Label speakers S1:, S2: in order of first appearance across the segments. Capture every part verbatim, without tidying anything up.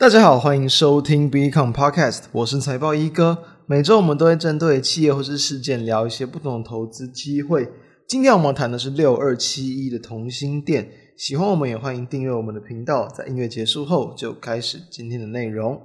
S1: 大家好，欢迎收听 Become Podcast， 我是财报一哥。每周我们都会针对企业或是事件聊一些不同的投资机会。今天我们谈的是六二七一的同心店，喜欢我们也欢迎订阅我们的频道。在音乐结束后就开始今天的内容。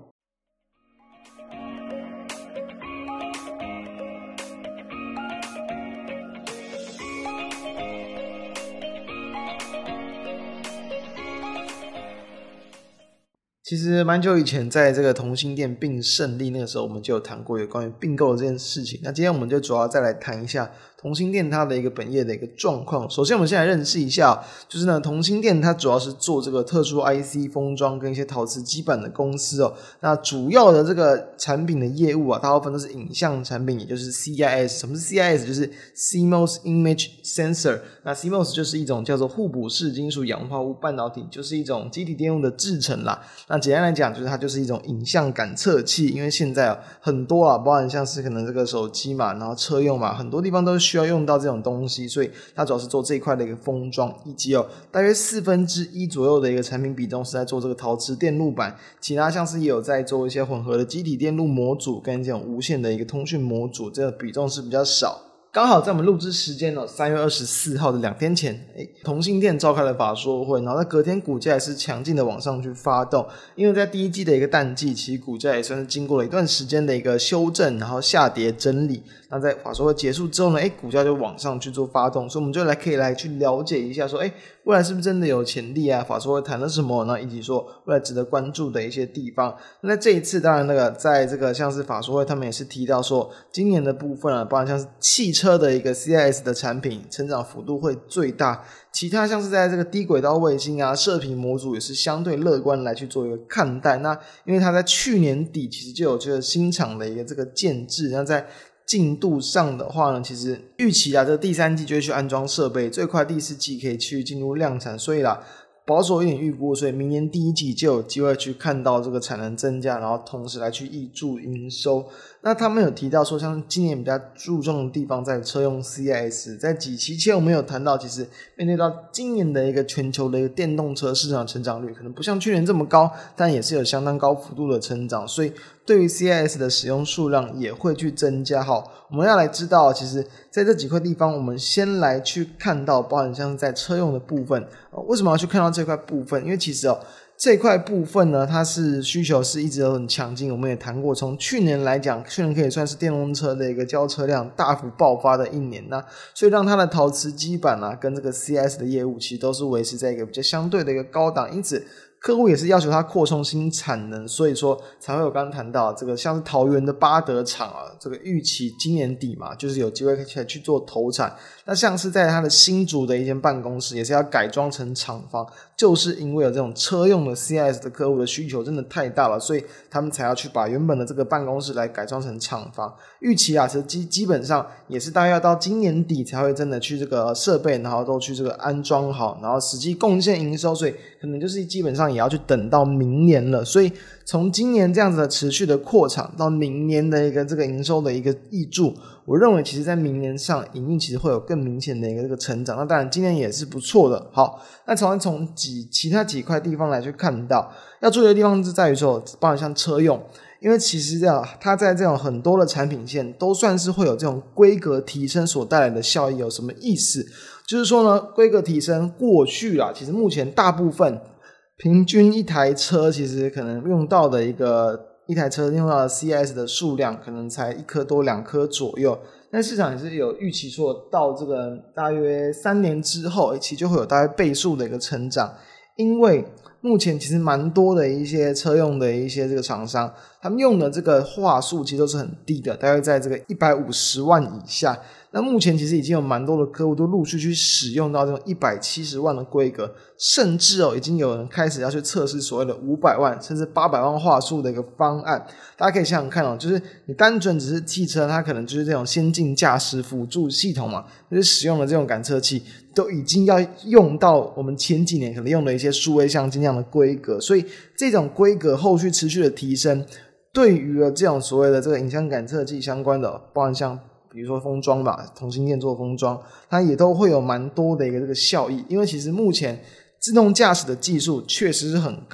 S1: 其实蛮久以前在这个同心店并胜利那个时候我们就有谈过有关于并购的这件事情，那今天我们就主要再来谈一下同心店它的一个本业的一个状况。首先我们先来认识一下，就是呢同心店它主要是做这个特殊 I C 封装跟一些陶瓷基板的公司哦。那主要的这个产品的业务啊，大部分都是影像产品，也就是 C I S。 什么是 C I S？ 就是 C M O S Image Sensor。 那 C M O S 就是一种叫做互补式金属氧化物半导体，就是一种基体电路的制成啦。那简单来讲就是它就是一种影像感测器，因为现在、啊、很多啊，包含像是可能这个手机嘛，然后车用嘛，很多地方都需要用到这种东西，所以它主要是做这一块的一个封装，以及哦大约四分之一左右的一个产品比重是在做这个陶瓷电路板，其他像是也有在做一些混合的基体电路模组跟这种无线的一个通讯模组，这个比重是比较少。刚好在我们录制时间哦，三月二十四号的两天前，诶同心店召开了法说会，然后在隔天股价也是强劲的往上去发动，因为在第一季的一个淡季，其实股价也算是经过了一段时间的一个修正，然后下跌整理。那在法说会结束之后呢，诶股价就往上去做发动，所以我们就来可以来去了解一下说，诶未来是不是真的有潜力啊？法说会谈了什么？然后以及说未来值得关注的一些地方。那在这一次，当然那个在这个像是法说会，他们也是提到说，今年的部分啊，包含像是汽车的一个 C I S 的产品成长幅度会最大，其他像是在这个低轨道卫星啊、射频模组也是相对乐观来去做一个看待。那因为它在去年底其实就有这个新厂的一个这个建制，那在进度上的话呢，其实预期啊，这个第三季就会去安装设备，最快第四季可以去进入量产，所以啦，保守一点预估，所以明年第一季就有机会去看到这个产能增加，然后同时来去挹注营收。那他们有提到说，像今年比较注重的地方在车用 C I S， 在几期前我们有谈到，其实面对到今年的一个全球的一个电动车市场成长率可能不像去年这么高，但也是有相当高幅度的成长，所以对于 C I S 的使用数量也会去增加。好，我们要来知道，其实在这几块地方我们先来去看到，包含像是在车用的部分、呃、为什么要去看到这块部分？因为其实哦这块部分呢，它是需求是一直都很强劲，我们也谈过，从去年来讲，去年可以算是电动车的一个交车量大幅爆发的一年，那所以让它的陶瓷基板啊跟这个 C I S 的业务其实都是维持在一个比较相对的一个高档，因此客户也是要求它扩充新产能，所以说才会有刚刚谈到这个像是桃园的八德厂啊，这个预期今年底嘛，就是有机会可以去做投产。那像是在它的新竹的一间办公室，也是要改装成厂房，就是因为有这种车用的 C I S 的客户的需求真的太大了，所以他们才要去把原本的这个办公室来改装成厂房。预期啊，其实基基本上也是大概要到今年底才会真的去这个设备，然后都去这个安装好，然后实际贡献营收，所以可能就是基本上也要去等到明年了。所以从今年这样子的持续的扩厂到明年的一个这个营收的一个挹注，我认为其实在明年上营运其实会有更明显的一个这个成长，那当然今年也是不错的。好，那从从几其他几块地方来去看到，要注意的地方是在于说，包含像车用，因为其实这样它在这种很多的产品线都算是会有这种规格提升所带来的效益。有什么意思？就是说呢，规格提升过去啦，其实目前大部分平均一台车其实可能用到的一个一台车用到的 C I S 的数量可能才一颗多两颗左右，但市场也是有预期说到这个大约三年之后其实就会有大约倍数的一个成长。因为目前其实蛮多的一些车用的一些这个厂商，他们用的这个话术其实都是很低的，大概在这个一百五十万以下。那目前其实已经有蛮多的客户都陆续去使用到这种一百七十万的规格，甚至哦已经有人开始要去测试所谓的五百万甚至八百万话术的一个方案。大家可以想想看哦，就是你单纯只是汽车，它可能就是这种先进驾驶辅助系统嘛，就是使用的这种感测器都已经要用到我们前几年可能用的一些数位相机那样的规格，所以这种规格后续持续的提升，对于这种所谓的这个影像感测器相关的，包含像比如说封装吧，同心电做封装，它也都会有蛮多的一个这个效益。因为其实目前自动驾驶的技术确实是很高，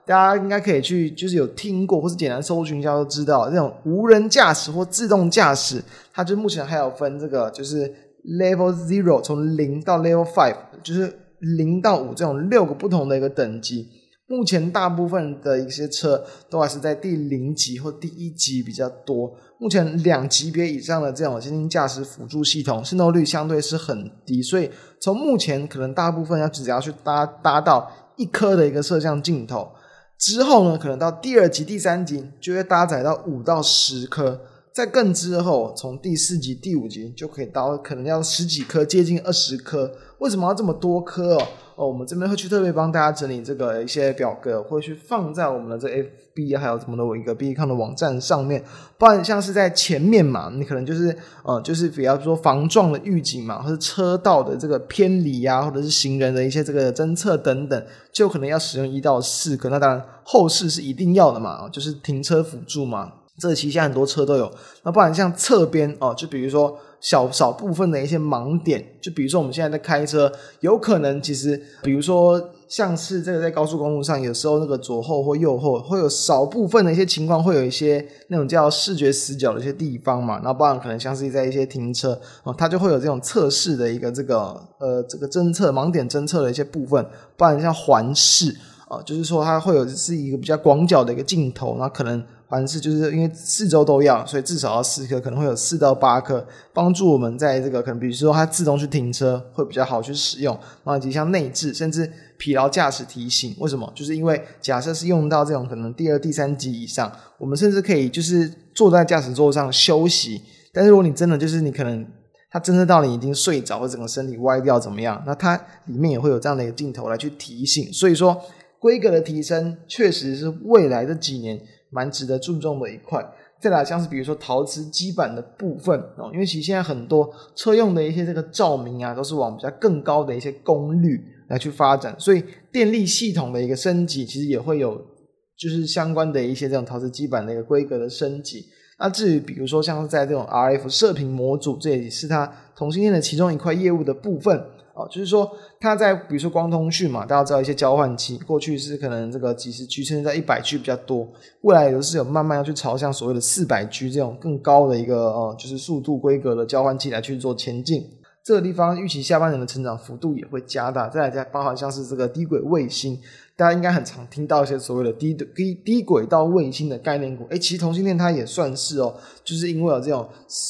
S1: 大家应该可以去就是有听过或是简单搜寻一下都知道，这种无人驾驶或自动驾驶，它就目前还有分这个就是 level zero 从零到 level five， 就是零到五这种六个不同的一个等级。目前大部分的一些车都还是在第零级或第一级比较多，目前两级别以上的这种先进驾驶辅助系统渗透率相对是很低，所以从目前可能大部分要只要去搭搭到一颗的一个摄像镜头之后呢，可能到第二级第三级就会搭载到五到十颗，再更之后从第四级第五级就可以到可能要十几颗接近二十颗。为什么要这么多颗哦？哦，我们这边会去特别帮大家整理这个一些表格，会去放在我们的这 F B 还有什么的一个 B C O M 的网站上面。不然像是在前面嘛，你可能就是呃，就是比方说防撞的预警嘛，或者车道的这个偏离啊，或者是行人的一些这个侦测等等，就可能要使用一到四颗。那当然后视是一定要的嘛，就是停车辅助嘛，这其实现在很多车都有。那不然像侧边哦，就比如说小少部分的一些盲点，就比如说我们现在在开车，有可能其实比如说像是这个在高速公路上，有时候那个左后或右后会有少部分的一些情况，会有一些那种叫视觉死角的一些地方嘛，然后不然可能像是在一些停车哦，它就会有这种测试的一个这个呃这个侦测盲点侦测的一些部分，不然像环视啊，就是说它会有是一个比较广角的一个镜头，然后可能环视就是因为四周都要，所以至少要四颗，可能会有四到八颗，帮助我们在这个可能比如说它自动去停车会比较好去使用，然后以及像内置甚至疲劳驾驶提醒。为什么？就是因为假设是用到这种可能第二第三级以上，我们甚至可以就是坐在驾驶座上休息，但是如果你真的就是你可能它侦测到你已经睡着或整个身体歪掉怎么样，那它里面也会有这样的一个镜头来去提醒。所以说规格的提升确实是未来这几年蛮值得注重的一块。再来像是比如说陶瓷基板的部分、哦、因为其实现在很多车用的一些这个照明啊，都是往比较更高的一些功率来去发展，所以电力系统的一个升级其实也会有就是相关的一些这种陶瓷基板的一个规格的升级。那至于比如说像是在这种 R F 射频模组，这也是它同性恋的其中一块业务的部分哦，就是说它在比如说光通讯嘛，大家知道一些交换器过去是可能这个几十 G 甚至在一百 G 比较多，未来也是有慢慢要去朝向所谓的四百 G 这种更高的一个呃就是速度规格的交换器来去做前进。这个地方预期下半年的成长幅度也会加大。再来再包含像是这个低轨卫星，大家应该很常听到一些所谓的低低低轨道卫星的概念股，诶，其实同性恋它也算是哦，就是因为有这种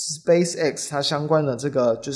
S1: SpaceX 它相关的这个就是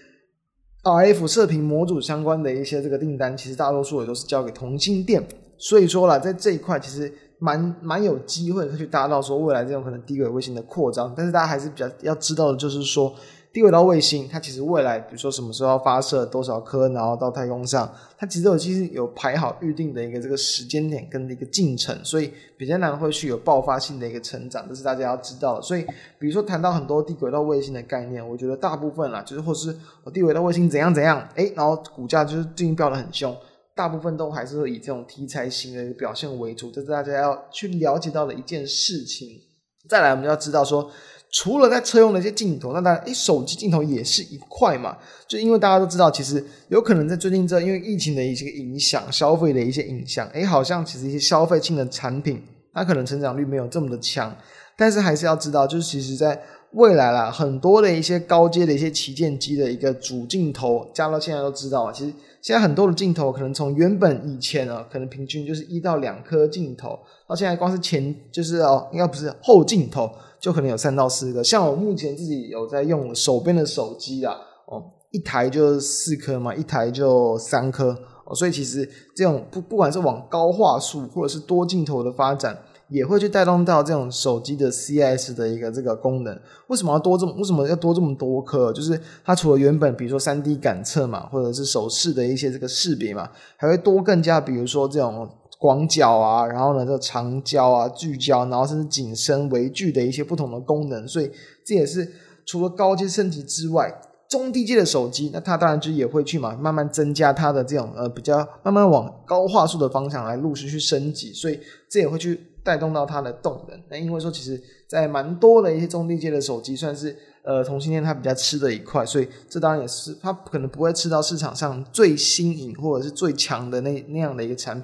S1: R F 射频模组相关的一些这个订单，其实大多数也都是交给同性恋，所以说啦，在这一块其实蛮蛮有机会去达到说未来这种可能低轨卫星的扩张。但是大家还是比较要知道的就是说，低轨道卫星它其实未来比如说什么时候要发射多少颗然后到太空上，它其实有其实有排好预定的一个这个时间点跟一个进程，所以比较难会去有爆发性的一个成长，这是大家要知道的。所以比如说谈到很多低轨道卫星的概念，我觉得大部分啦就是或是低轨道卫星怎样怎样，诶，然后股价就是最近飙得很凶，大部分都还是以这种题材型的表现为主，这是大家要去了解到的一件事情。再来我们就要知道说，除了在车用的一些镜头，那当然诶手机镜头也是一块嘛，就因为大家都知道其实有可能在最近这因为疫情的一些影响，消费的一些影响，诶好像其实一些消费性的产品它可能成长率没有这么的强，但是还是要知道就是其实在未来啦，很多的一些高阶的一些旗舰机的一个主镜头加到现在都知道，其实现在很多的镜头可能从原本以前啊，可能平均就是一到两颗镜头，到现在光是前就是哦，应该不是后镜头就可能有三到四个。像我目前自己有在用手边的手机啦，哦，一台就四颗嘛，一台就三颗，哦，所以其实这种不不管是往高画素或者是多镜头的发展，也会去带动到这种手机的 C I S 的一个这个功能。为什么要多这么为什么要多这么多颗？就是它除了原本比如说 三 D 感测嘛，或者是手势的一些这个识别嘛，还会多更加比如说这种广角啊，然后呢这个长焦啊、聚焦，然后甚至景深、微距的一些不同的功能。所以这也是除了高阶升级之外，中低阶的手机，那它当然就也会去嘛，慢慢增加它的这种呃比较慢慢往高画素的方向来陆续去升级，所以这也会去带动到它的动能。那因为说其实在蛮多的一些中低阶的手机算是呃同性恋它比较吃的一块，所以这当然也是它可能不会吃到市场上最新颖或者是最强的那那样的一个产品，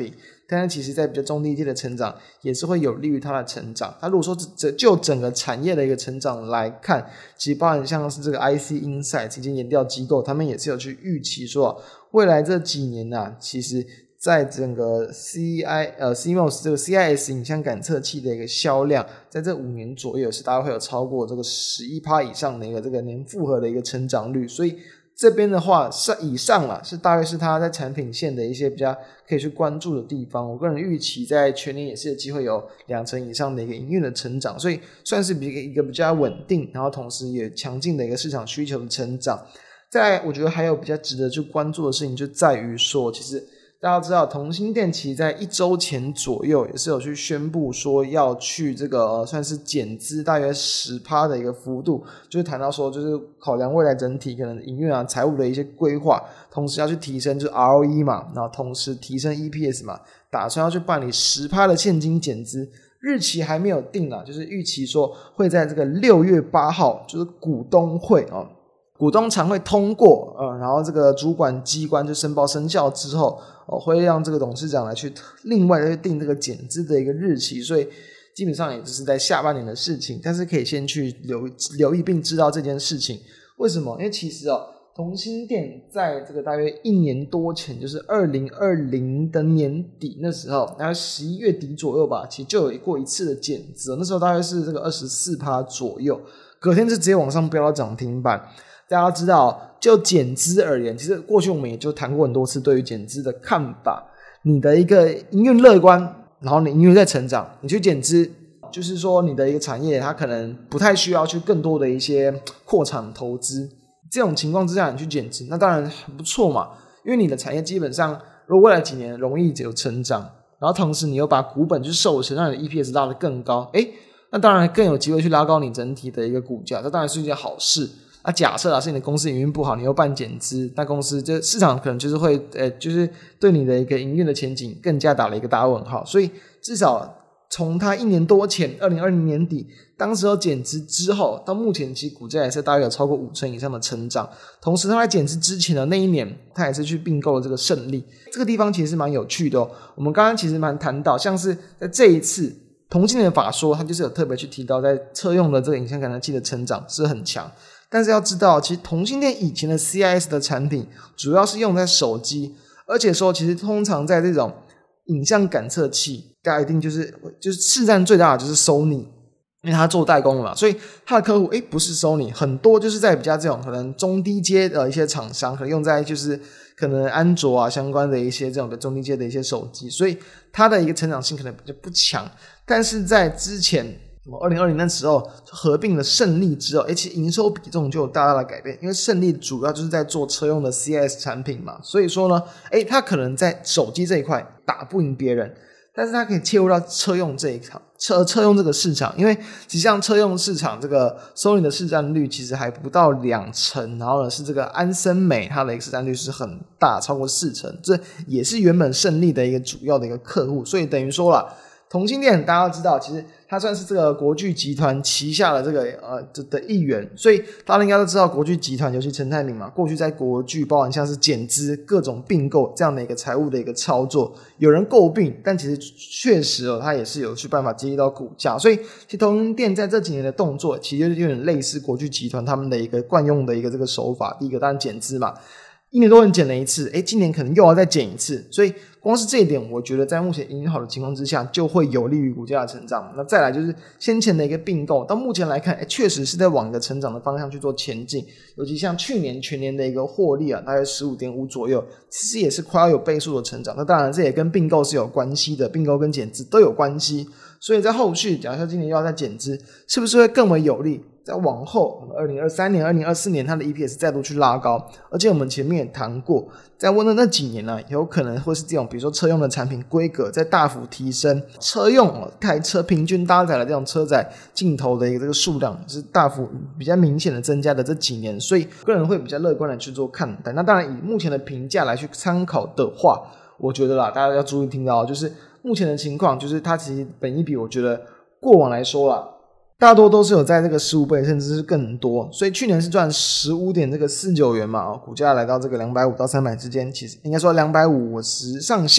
S1: 但是其实在比较中低阶的成长也是会有利于它的成长。它如果说就整个产业的一个成长来看，其实包含像是这个 I C Insight 以及研调机构，他们也是有去预期说未来这几年啊，其实在整个 C I 呃 C M O S 这个 C I S 影像感测器的一个销量，在这五年左右是大概会有超过这个 百分之十一 以上的一个这个年复合的一个成长率，所以这边的话以上啦，是大概是它在产品线的一些比较可以去关注的地方。我个人预期在全年也是有机会有两成以上的一个营运的成长，所以算是一个比较稳定，然后同时也强劲的一个市场需求的成长。再来我觉得还有比较值得去关注的事情就在于说，其实大家知道同心电其实在一周前左右也是有去宣布说要去这个、呃、算是减资大约 百分之十 的一个幅度，就是谈到说就是考量未来整体可能营运啊财务的一些规划，同时要去提升就是 R O E 嘛，然后同时提升 E P S 嘛，打算要去办理 百分之十 的现金减资，日期还没有定啦，就是预期说会在这个六月八号就是股东会哦，股东常会通过呃，然后这个主管机关就申报生效之后、呃、会让这个董事长来去另外去定这个减资的一个日期，所以基本上也就是在下半年的事情，但是可以先去留留意并知道这件事情。为什么？因为其实哦，同心电在这个大约一年多前，就是二零二零的年底那时候，大概十一月底左右吧，其实就有过一次的减资，那时候大约是这个 百分之二十四 左右，隔天就直接往上飙到涨停板。大家知道就减资而言，其实过去我们也就谈过很多次对于减资的看法，你的一个营运乐观，然后你营运在成长，你去减资就是说你的一个产业它可能不太需要去更多的一些扩产投资，这种情况之下你去减资那当然很不错嘛，因为你的产业基本上如果未来几年容易有成长，然后同时你又把股本去授权，让你的 E P S 拉得更高，诶那当然更有机会去拉高你整体的一个股价，这当然是一件好事。那、啊、假设啊是你的公司营运不好，你又办减资，那公司就市场可能就是会呃就是对你的一个营运的前景更加打了一个大问号。所以至少从它一年多前二零二零年底当时候减资之后到目前，其实股价也是大约有超过五成以上的成长。同时它在减资之前的那一年，它也是去并购了这个胜利，这个地方其实是蛮有趣的哦。我们刚刚其实蛮谈到，像是在这一次同性恋法说，它就是有特别去提到在车用的这个影像感测器的成长是很强。但是要知道，其实同性恋以前的 C I S 的产品主要是用在手机，而且说其实通常在这种影像感测器，大家一定就是就是市占最大的就是 Sony， 因为他做代工了嘛，所以他的客户诶不是 Sony， 很多就是在比较这种可能中低阶的一些厂商，可能用在就是可能安卓啊相关的一些这种中低阶的一些手机，所以它的一个成长性可能比较不强。但是在之前二零二零那时候合并了胜利之后，其实营收比重就有大大的改变，因为胜利主要就是在做车用的 C I S 产品嘛，所以说呢诶它可能在手机这一块打不赢别人，但是它可以切入到车用这一场车车用这个市场，因为实际上车用市场这个 Sony 的市占率其实还不到两成，然后呢是这个安森美它的一个市占率是很大，超过四成，这也是原本胜利的一个主要的一个客户，所以等于说啦同性恋大家都知道，其实它算是这个国巨集团旗下的这个呃的一员，所以大家应该都知道国巨集团，尤其陈泰明嘛，过去在国巨包含像是减资、各种并购这样的一个财务的一个操作，有人诟病，但其实确实哦，它也是有去办法接触到股价，所以其实同性恋在这几年的动作，其实有点类似国巨集团他们的一个惯用的一个这个手法。第一个当然减资嘛，一年多人减了一次，诶今年可能又要再减一次，所以光是这一点我觉得在目前营运好的情况之下就会有利于股价的成长。那再来就是先前的一个并购，到目前来看确实是在往一个成长的方向去做前进，尤其像去年全年的一个获利啊大概 十五点五 左右，其实也是快要有倍数的成长。那当然这也跟并购是有关系的，并购跟减资都有关系，所以在后续假设今年又要再减资，是不是会更为有利在往后二零二三年二零二四年它的 E P S 再度去拉高。而且我们前面也谈过，在问的那几年呢、啊，有可能会是这种比如说车用的产品规格在大幅提升，车用、哦、台车平均搭载的这种车载镜头的一个这个数量是大幅比较明显的增加的这几年，所以个人会比较乐观的去做看待。那当然以目前的评价来去参考的话，我觉得啦大家要注意听到，就是目前的情况就是它其实本益比我觉得过往来说啦大多都是有在这个十五倍甚至是更多，所以去年是赚 十五点四九元嘛，股价来到这个两百五到三百之间，其实应该说两百五十上下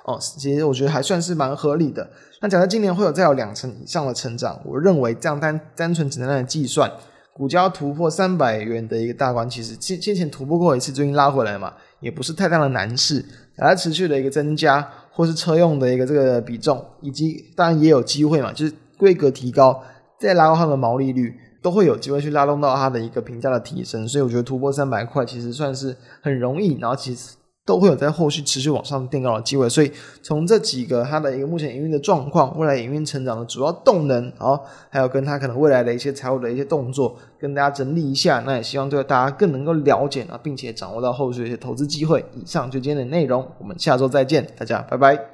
S1: 哦，其实我觉得还算是蛮合理的。那假设今年会有再有两成以上的成长，我认为这样单单纯简单的计算，股价突破三百元的一个大关，其实先前突破过一次，最近拉回来嘛，也不是太大的难事。它持续的一个增加，或是车用的一个这个比重，以及当然也有机会嘛，就是规格提高，再拉高它的毛利率，都会有机会去拉动到它的一个评价的提升。所以我觉得突破三百块其实算是很容易，然后其实都会有在后续持续往上垫高的机会。所以从这几个它的一个目前营运的状况，未来营运成长的主要动能，然后还有跟它可能未来的一些财务的一些动作，跟大家整理一下。那也希望对大家更能够了解，并且掌握到后续的一些投资机会。以上就今天的内容，我们下周再见，大家拜拜。